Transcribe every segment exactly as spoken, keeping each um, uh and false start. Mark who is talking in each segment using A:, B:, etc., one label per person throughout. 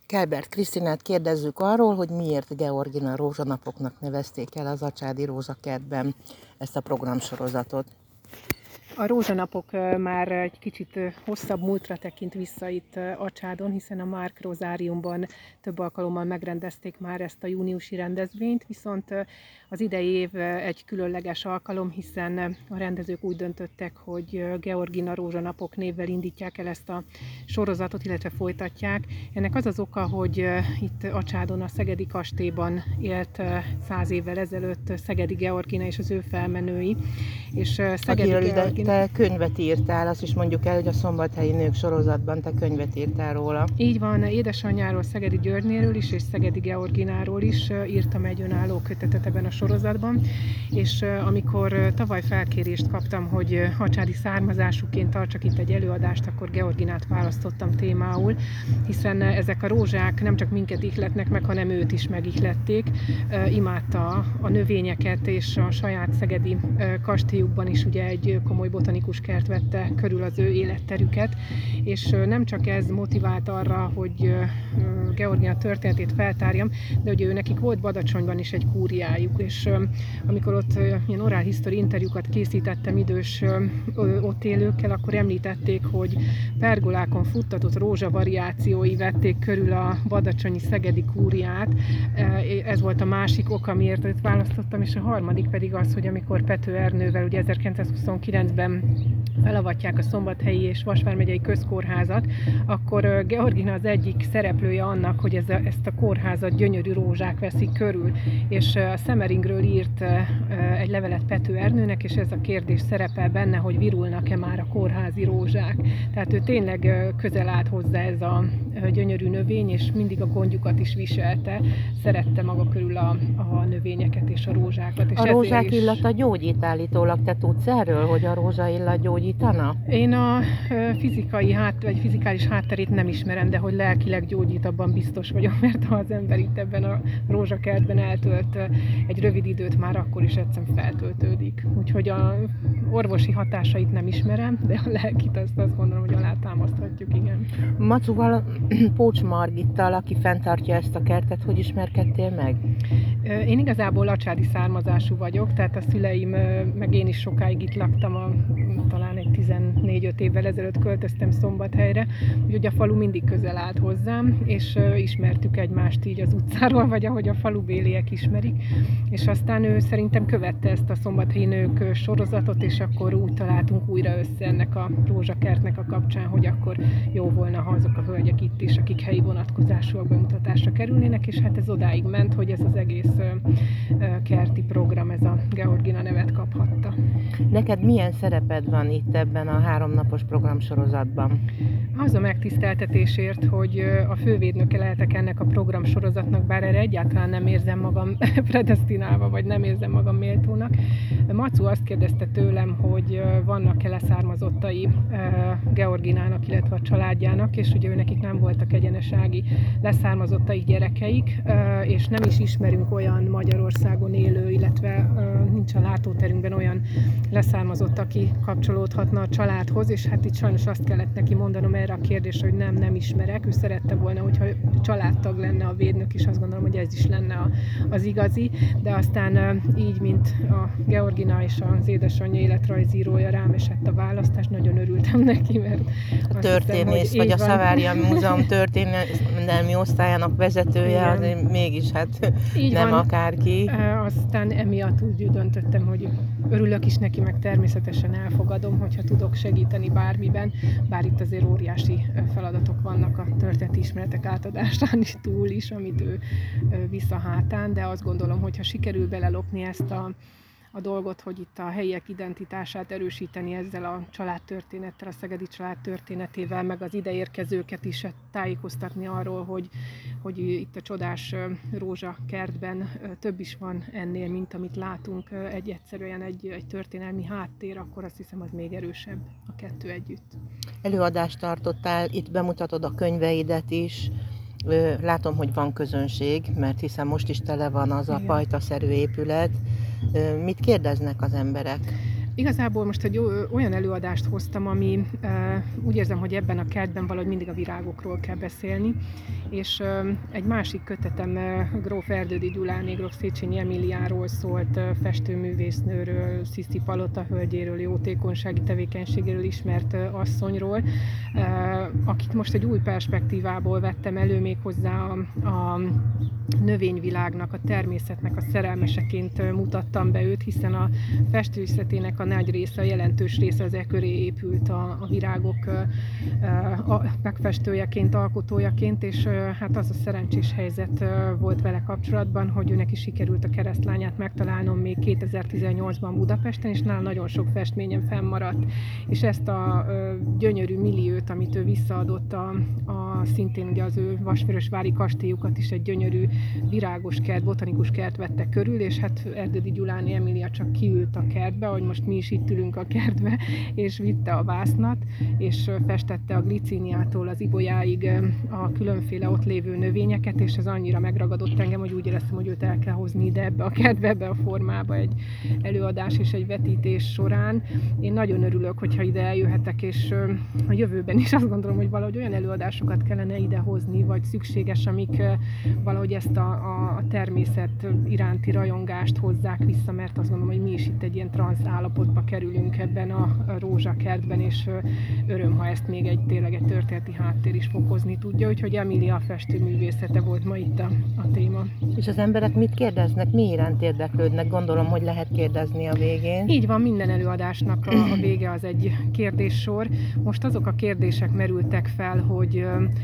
A: Kelbert Krisztinát kérdezzük arról, hogy miért Georgina rózsanapoknak nevezték el az Acsádi Rózsakertben ezt a programsorozatot.
B: A rózsanapok már egy kicsit hosszabb múltra tekint vissza itt Acsádon, hiszen a Márk Rozáriumban több alkalommal megrendezték már ezt a júniusi rendezvényt, viszont az idei év egy különleges alkalom, hiszen a rendezők úgy döntöttek, hogy Georgina rózsanapok névvel indítják el ezt a sorozatot, illetve folytatják. Ennek az az oka, hogy itt Acsádon a Szegedi kastélyban élt száz évvel ezelőtt Szegedi Georgina és az ő felmenői, és Szegedi Georgina...
A: Te könyvet írtál, azt is mondjuk el, hogy a Szombathelyi Nők sorozatban te könyvet írtál róla.
B: Így van, édesanyjáról, Szegedi Györgynéről is, és Szegedi Georgináról is írtam egy önálló kötetet ebben a sorozatban, és amikor tavaly felkérést kaptam, hogy acsádi származásúként tartsak itt egy előadást, akkor Georginát választottam témául, hiszen ezek a rózsák nem csak minket ihletnek meg, hanem őt is megihlették. Imádta a növényeket, és a saját szegedi kastélyukban is ugye egy komoly botanikus kert vette körül az ő életterüket, és nem csak ez motivált arra, hogy Georgina történetét feltárjam, de hogy ő nekik volt Badacsonyban is egy kúriájuk, és amikor ott ilyen oral history interjúkat készítettem idős ott élőkkel, akkor említették, hogy pergolákon futtatott rózsavariációi vették körül a badacsonyi szegedi kúriát. Ez volt a másik ok, amiért őt választottam, és a harmadik pedig az, hogy amikor Pető Ernővel ugye ezerkilencszázhuszonkilencben felavatják a Szombathelyi és Vas vármegyei közkórházat, akkor Georgina az egyik szereplője annak, hogy ez a, ezt a kórházat gyönyörű rózsák veszik körül, és a Szemeringről írt egy levelet Pető Ernőnek, és ez a kérdés szerepel benne, hogy virulnak-e már a kórházi rózsák. Tehát ő tényleg közel állt hozzá ez a gyönyörű növény, és mindig a gondjukat is viselte, szerette maga körül a, a növényeket és a rózsákat. És
A: a rózsák
B: is...
A: illata gyógyít állítólag, te tudsz erről, hogy a rózsa illat gyógyítana?
B: Én a fizikai hát, vagy fizikális hátterét nem ismerem, de hogy lelkileg gyógyít, abban biztos vagyok, mert ha az ember itt ebben a rózsakertben eltölt egy rövid időt, már akkor is egyszerűen feltöltődik. Úgyhogy a orvosi hatásait nem ismerem, de a lelkit azt, azt gondolom, hogy alátámaszthatjuk, igen.
A: Macuval, Pócs Margittal, aki fenntartja ezt a kertet, hogy ismerkedtél meg?
B: Én igazából acsádi származású vagyok, tehát a szüleim, meg én is sokáig itt laktam, a, talán egy tizennégy-öt évvel ezelőtt költöztem Szombathelyre, úgyhogy a falu mindig közel állt hozzám, és ismertük egymást így az utcáról, vagy ahogy a falubéliek ismerik, és aztán ő szerintem követte ezt a Szombathelyi Nők sorozatot, és akkor úgy találtunk újra össze ennek a rózsakertnek a kapcsán, hogy akkor jó volna, ha azok a hölgyek itt is, akik helyi vonatkozásúak bemutatásra kerülnének, és hát ez odáig ment, hogy ez az egész kerti program, ez a Georgina nevet kaphatta.
A: Neked milyen szereped van itt ebben a háromnapos programsorozatban?
B: Az a megtiszteltetésért, hogy a fővédnöke lehetek ennek a programsorozatnak, bár erre egyáltalán nem érzem magam predesztinálva, vagy nem érzem magam méltónak. Macu azt kérdezte tőlem, hogy vannak-e leszármazottai Georginának, illetve a családjának, és ugye ő nekik nem voltak egyenesági leszármazottai gyerekeik, és nem is ismerünk olyan Magyarországon élő, illetve nincs a látóterünkben olyan leszármazott, aki kapcsolódhatna a családhoz, és hát itt sajnos azt kellett neki mondanom erre a kérdésre, hogy nem, nem ismerek. Ő szerette volna, hogyha családtag lenne a védnök, és azt gondolom, hogy ez is lenne a, az igazi, de aztán így, mint a Georgina és az édesanyja életrajzírója rám esett a választás, nagyon örültem neki, mert
A: a történész, hiszem, vagy a Szavária Múzeum történelmi osztályának vezetője, azért mégis hát így nem van. Akárki.
B: Aztán emiatt úgy döntöttem, hogy örülök is neki, meg természetesen elfogadom, hogyha tudok segíteni bármiben, bár itt azért óriási feladatok vannak a történeti ismeretek átadásán is túl is, amit ő visz a hátán, de azt gondolom, hogy ha sikerül belelopni ezt a a dolgot, hogy itt a helyiek identitását erősíteni ezzel a családtörténettel, a szegedi család történetével, meg az ideérkezőket is tájékoztatni arról, hogy, hogy itt a csodás rózsakertben több is van ennél, mint amit látunk, egy egyszerűen egy, egy történelmi háttér, akkor azt hiszem, az még erősebb a kettő együtt.
A: Előadást tartottál, itt bemutatod a könyveidet is. Látom, hogy van közönség, mert hiszen most is tele van az a pajtaszerű épület. Mit kérdeznek az emberek?
B: Igazából most egy olyan előadást hoztam, ami úgy érzem, hogy ebben a kertben valahogy mindig a virágokról kell beszélni, és egy másik kötetem Gróf Erdődy Gyuláné, Gróf Széchenyi Emíliáról szólt, festőművésznőről, Sziszi Palota hölgyéről, jótékonysági tevékenységéről ismert asszonyról, akit most egy új perspektívából vettem elő, még hozzá a, a növényvilágnak, a természetnek a szerelmeseként mutattam be őt, hiszen a festőszletének a nagy része, a jelentős része az e köré épült a, a virágok a megfestőjeként, alkotójaként, és hát az a szerencsés helyzet volt vele kapcsolatban, hogy őnek is sikerült a keresztlányát megtalálnom még kétezer-tizennyolcban Budapesten, és nála nagyon sok festményem fennmaradt, és ezt a gyönyörű milliót, amit ő visszaadott a, a szintén ugye az ő Vasvörösvári kastélyukat is egy gyönyörű virágos kert, botanikus kert vette körül, és hát Erdődy Gyuláné Emília csak kiült a kertbe, hogy most mi is itt ülünk a kertbe, és vitte a vásznat, és festette a glicíniától az ibolyáig a különféle ott lévő növényeket, és ez annyira megragadott engem, hogy úgy éreztem, hogy őt el kell hozni ide ebbe a kertbe, ebbe a formába egy előadás és egy vetítés során. Én nagyon örülök, hogyha ide eljöhetek, és a jövőben is azt gondolom, hogy valahogy olyan előadásokat kellene ide hozni, vagy szükséges, amik valahogy ezt a, a, a természet iránti rajongást hozzák vissza, mert azt gondolom, hogy mi is itt egy ilyen transz állapotba kerülünk ebben a, a rózsakertben, és öröm, ha ezt még egy tényleg egy történeti háttér is fokozni tudja, úgyhogy Emília festőművészete volt ma itt a, a téma.
A: És az emberek mit kérdeznek, mi iránt érdeklődnek? Gondolom, hogy lehet kérdezni a végén.
B: Így van, minden előadásnak a, a vége az egy kérdéssor. Most azok a kérdések merültek fel, hogy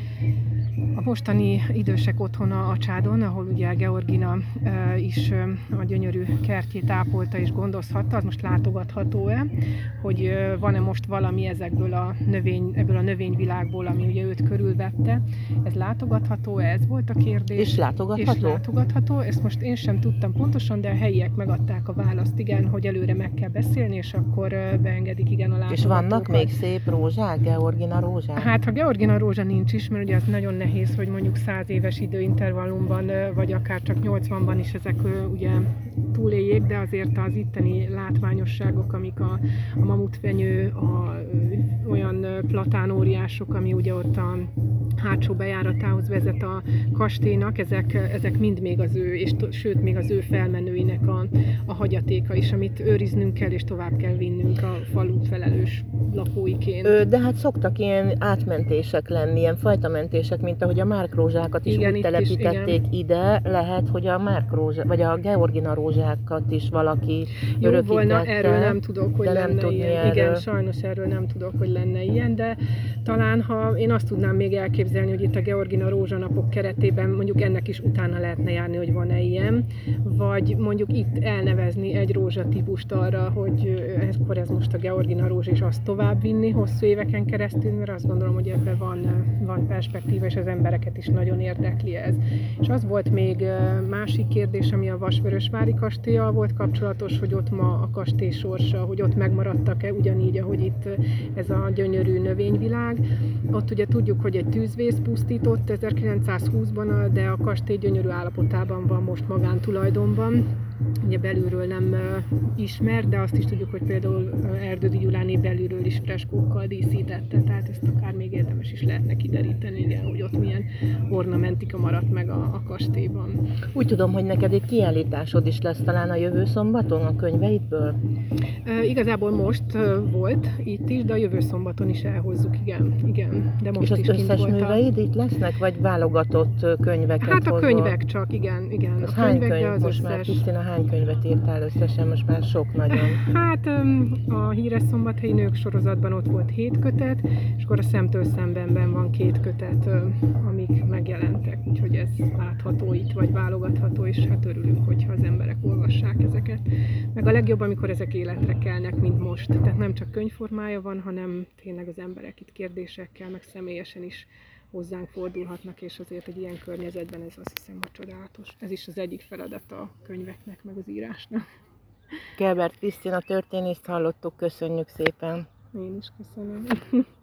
B: a mostani idősek otthona a Csádon, ahol ugye Georgina e, is e, a gyönyörű kertjét ápolta és gondozhatta, az most látogatható-e, hogy e, van-e most valami ezekből a, növény, ebből a növényvilágból, ami ugye őt körülvette. Ez látogatható-e? Ez volt a kérdés.
A: És látogatható?
B: És látogatható. Ezt most én sem tudtam pontosan, de a helyiek megadták a választ, igen, hogy előre meg kell beszélni, és akkor e, beengedik igen a látogatókat.
A: És vannak még szép rózsák, Georgina rózsák?
B: Hát, ha Georgina rózsa nincs is, mert ugye az nagyon nehéz, hogy mondjuk száz éves időintervallumban, vagy akár csak nyolcvanban is ezek ugye túléljék, de azért az itteni látványosságok, amik a, a mamutfenyő, a, olyan platánóriások, ami ugye ott a hátsó bejáratához vezet a kastélynak, ezek, ezek mind még az ő, és to, sőt még az ő felmenőinek a, a hagyatéka is, amit őriznünk kell, és tovább kell vinnünk a falu felelős lakóiként.
A: Ö, de hát szoktak ilyen átmentések lenni, ilyen fajtamentések, mint ahogy a márkrózsákat is
B: igen,
A: úgy telepítették
B: is,
A: ide, lehet, hogy a márkrózsá, vagy a Georgina rózsákat is valaki
B: jó
A: örökítette.
B: volna, erről nem tudok, hogy lenne
A: nem
B: ilyen.
A: Erről.
B: Igen, sajnos erről nem tudok, hogy lenne ilyen, de talán, ha én azt tudnám még elképzelni, hogy itt a Georgina rózsanapok keretében mondjuk ennek is utána lehetne járni, hogy van-e ilyen, vagy mondjuk itt elnevezni egy rózsatípust arra, hogy akkor ez most a Georgina rózsa, és azt tovább vinni hosszú éveken keresztül, mert azt gondolom, hogy ebben van, van perspektíva, és az embereket is nagyon érdekli ez. És az volt még másik kérdés, ami a Vasvörösvári kastélyal volt kapcsolatos, hogy ott ma a kastély sorsa, hogy ott megmaradtak-e ugyanígy, ahogy itt ez a gyönyörű növényvilág. Ott ugye tudjuk, hogy egy tűzvész pusztított ezerkilencszázhúszban, de a kastély gyönyörű állapotában van most magántulajdonban. Ugye belülről nem uh, ismer, de azt is tudjuk, hogy például uh, Erdődy Gyuláné belülről is freskókkal díszítette, tehát ezt akár még érdemes is lehetne kideríteni, igen, hogy ott milyen ornamentika maradt meg a, a kastélyban.
A: Úgy tudom, hogy neked egy kiállításod is lesz talán a jövő szombaton a könyveidből?
B: Uh, igazából most uh, volt itt is, de a jövő szombaton is elhozzuk, igen. igen. De most
A: és az
B: is
A: összes
B: volt
A: műveid
B: a...
A: itt lesznek, vagy válogatott könyveket
B: Hát a
A: hozol?
B: könyvek csak, igen. igen.
A: Az
B: a
A: hány
B: könyvek,
A: könyv?
B: az
A: Most már
B: összes...
A: Krisztina, hány könyvet írtál összesen? Most már sok nagyon.
B: Hát a Híres Szombathelyi Nők sorozatban ott volt hét kötet, és akkor a Szemtől szembenben van két kötet, amik megjelentek, úgyhogy ez látható itt, vagy válogatható, és hát örülünk, hogyha az emberek olvassák ezeket. Meg a legjobb, amikor ezek életre kelnek, mint most. Tehát nem csak könyvformája van, hanem tényleg az emberek itt kérdésekkel, meg személyesen is hozzánk fordulhatnak, és azért egy ilyen környezetben ez azt hiszem, hogy csodálatos. Ez is az egyik feladat a könyveknek, meg az írásnak.
A: Gelbert Krisztina történészt hallottuk, köszönjük szépen!
B: Én is köszönöm.